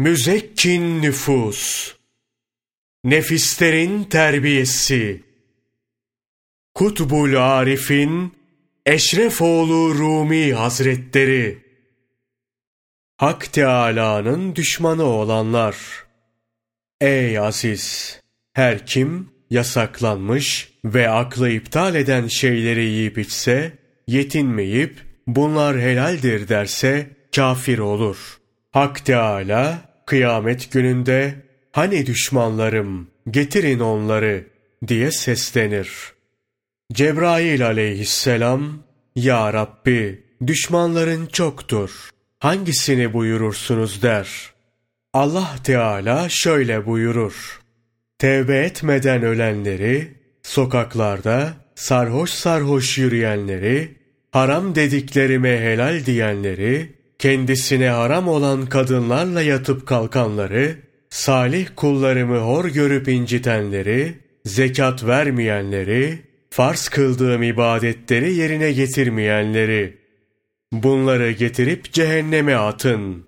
Müzekkin nüfus, nefislerin terbiyesi, Kutbul Arif'in Eşrefoğlu Rumi Hazretleri, Hak Teâlâ'nın düşmanı olanlar. Ey aziz! Her kim yasaklanmış ve aklı iptal eden şeyleri yiyip içse, yetinmeyip bunlar helaldir derse kafir olur. Hak Teâlâ kıyamet gününde hani düşmanlarım getirin onları diye seslenir. Cebrail aleyhisselam, Ya Rabbi düşmanların çoktur, hangisini buyurursunuz der. Allah Teala şöyle buyurur: Tevbe etmeden ölenleri, sokaklarda sarhoş sarhoş yürüyenleri, haram dediklerime helal diyenleri, kendisine haram olan kadınlarla yatıp kalkanları, salih kullarımı hor görüp incitenleri, zekat vermeyenleri, farz kıldığım ibadetleri yerine getirmeyenleri, bunları getirip cehenneme atın.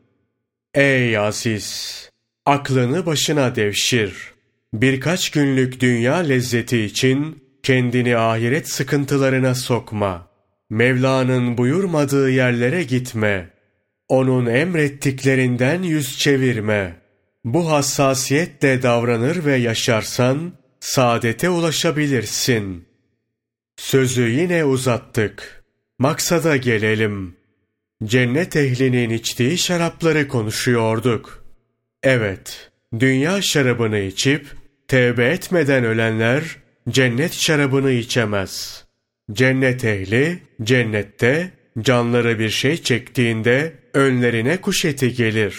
Ey aziz! Aklını başına devşir. Birkaç günlük dünya lezzeti için kendini ahiret sıkıntılarına sokma. Mevla'nın buyurmadığı yerlere gitme. Onun emrettiklerinden yüz çevirme. Bu hassasiyetle davranır ve yaşarsan saadete ulaşabilirsin. Sözü yine uzattık. Maksada gelelim. Cennet ehlinin içtiği şarapları konuşuyorduk. Evet, dünya şarabını içip tevbe etmeden ölenler cennet şarabını içemez. Cennet ehli cennette canları bir şey çektiğinde önlerine kuş eti gelir.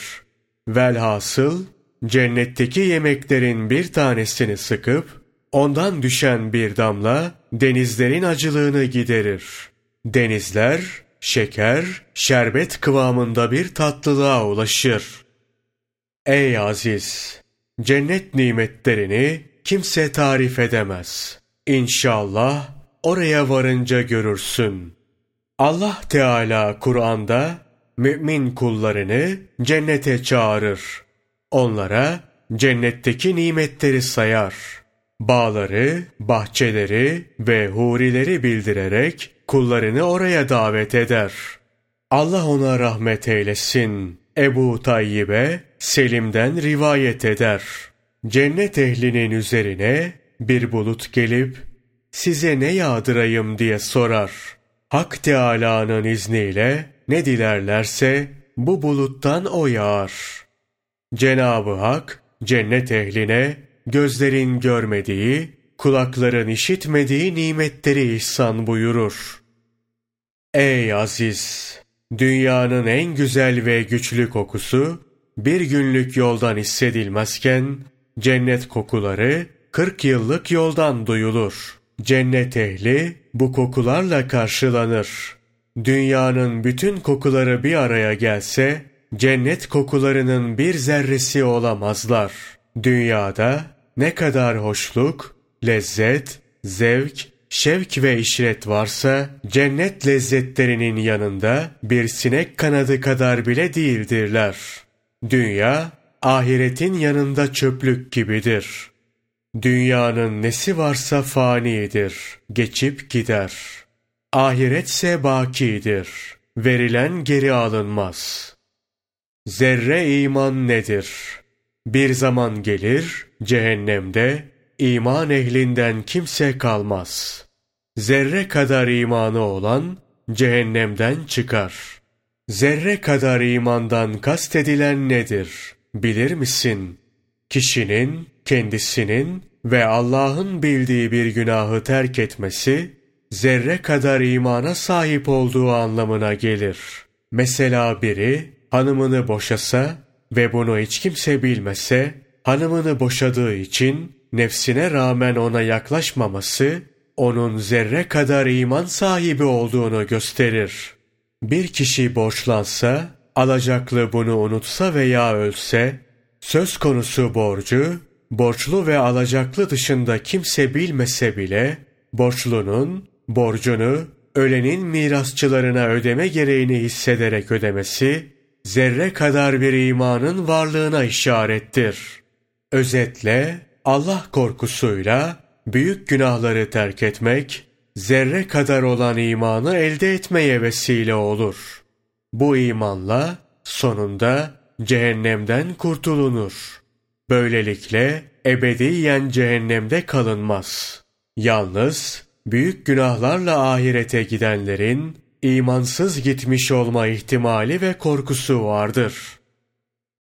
Velhasıl cennetteki yemeklerin bir tanesini sıkıp ondan düşen bir damla denizlerin acılığını giderir. Denizler şeker, şerbet kıvamında bir tatlılığa ulaşır. Ey aziz! Cennet nimetlerini kimse tarif edemez. İnşallah oraya varınca görürsün. Allah Teala Kur'an'da mümin kullarını cennete çağırır. Onlara cennetteki nimetleri sayar. Bağları, bahçeleri ve hurileri bildirerek kullarını oraya davet eder. Allah ona rahmet eylesin. Ebu Tayyib'e Selim'den rivayet eder. Cennet ehlinin üzerine bir bulut gelip size ne yağdırayım diye sorar. Hak Teâlâ'nın izniyle ne dilerlerse bu buluttan o yağar. Cenab-ı Hak cennet ehline gözlerin görmediği, kulakların işitmediği nimetleri ihsan buyurur. Ey aziz! Dünyanın en güzel ve güçlü kokusu bir günlük yoldan hissedilmezken cennet kokuları 40 yıllık yoldan duyulur. Cennet ehli bu kokularla karşılanır. Dünyanın bütün kokuları bir araya gelse cennet kokularının bir zerresi olamazlar. Dünyada ne kadar hoşluk, lezzet, zevk, şevk ve işret varsa cennet lezzetlerinin yanında bir sinek kanadı kadar bile değildirler. Dünya ahiretin yanında çöplük gibidir. Dünyanın nesi varsa fanidir, geçip gider. Ahiretse bakidir, verilen geri alınmaz. Zerre iman nedir? Bir zaman gelir, cehennemde iman ehlinden kimse kalmaz. Zerre kadar imanı olan cehennemden çıkar. Zerre kadar imandan kastedilen nedir? Bilir misin? Kişinin, kendisinin ve Allah'ın bildiği bir günahı terk etmesi, zerre kadar imana sahip olduğu anlamına gelir. Mesela biri hanımını boşasa ve bunu hiç kimse bilmese, hanımını boşadığı için nefsine rağmen ona yaklaşmaması, onun zerre kadar iman sahibi olduğunu gösterir. Bir kişi borçlansa, alacaklı bunu unutsa veya ölse, söz konusu borcu, borçlu ve alacaklı dışında kimse bilmese bile, borçlunun, borcunu, ölenin mirasçılarına ödeme gereğini hissederek ödemesi, zerre kadar bir imanın varlığına işarettir. Özetle, Allah korkusuyla büyük günahları terk etmek, zerre kadar olan imanı elde etmeye vesile olur. Bu imanla sonunda cehennemden kurtulunur. Böylelikle ebediyen cehennemde kalınmaz. Yalnız büyük günahlarla ahirete gidenlerin imansız gitmiş olma ihtimali ve korkusu vardır.